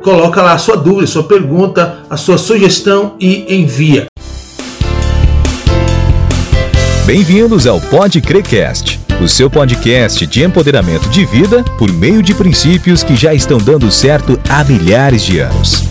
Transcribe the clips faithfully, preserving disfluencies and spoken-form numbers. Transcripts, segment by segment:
coloca lá a sua dúvida, a sua pergunta, a sua sugestão e envia. Bem-vindos ao PodCrecast, o seu podcast de empoderamento de vida por meio de princípios que já estão dando certo há milhares de anos.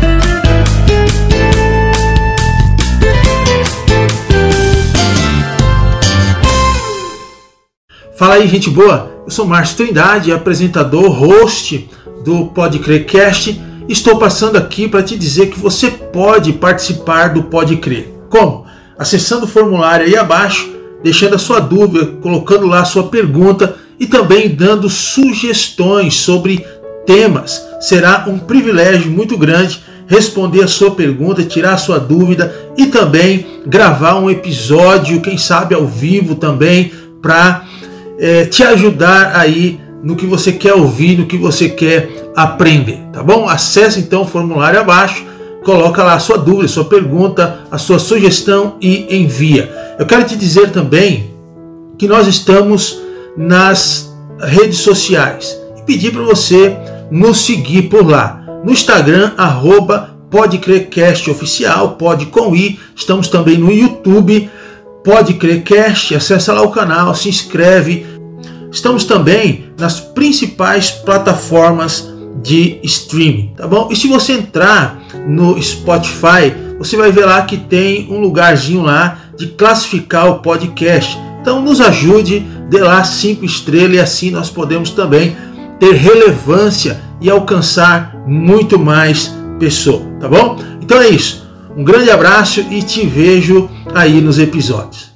Fala aí, gente boa! Eu sou Márcio Trindade, apresentador, host do PodCrecast. Estou passando aqui para te dizer que você pode participar do Pode Crer. Como? Acessando o formulário aí abaixo, deixando a sua dúvida, colocando lá a sua pergunta e também dando sugestões sobre temas. Será um privilégio muito grande responder a sua pergunta, tirar a sua dúvida e também gravar um episódio, quem sabe ao vivo também, para é, te ajudar aí no que você quer ouvir, no que você quer aprender, tá bom? Acesse então o formulário abaixo, coloca lá a sua dúvida, a sua pergunta, a sua sugestão e envia. Eu quero te dizer também que nós estamos nas redes sociais e pedir para você nos seguir por lá. No Instagram, arroba PodCrecast Oficial, pode com i. Estamos também no YouTube, PodCrecast. Acessa lá o canal, se inscreve. Estamos também nas principais plataformas de streaming, tá bom? E se você entrar no Spotify, você vai ver lá que tem um lugarzinho lá de classificar o podcast. Então nos ajude, dê lá cinco estrelas e assim nós podemos também ter relevância e alcançar muito mais pessoas, tá bom? Então é isso. Um grande abraço e te vejo aí nos episódios.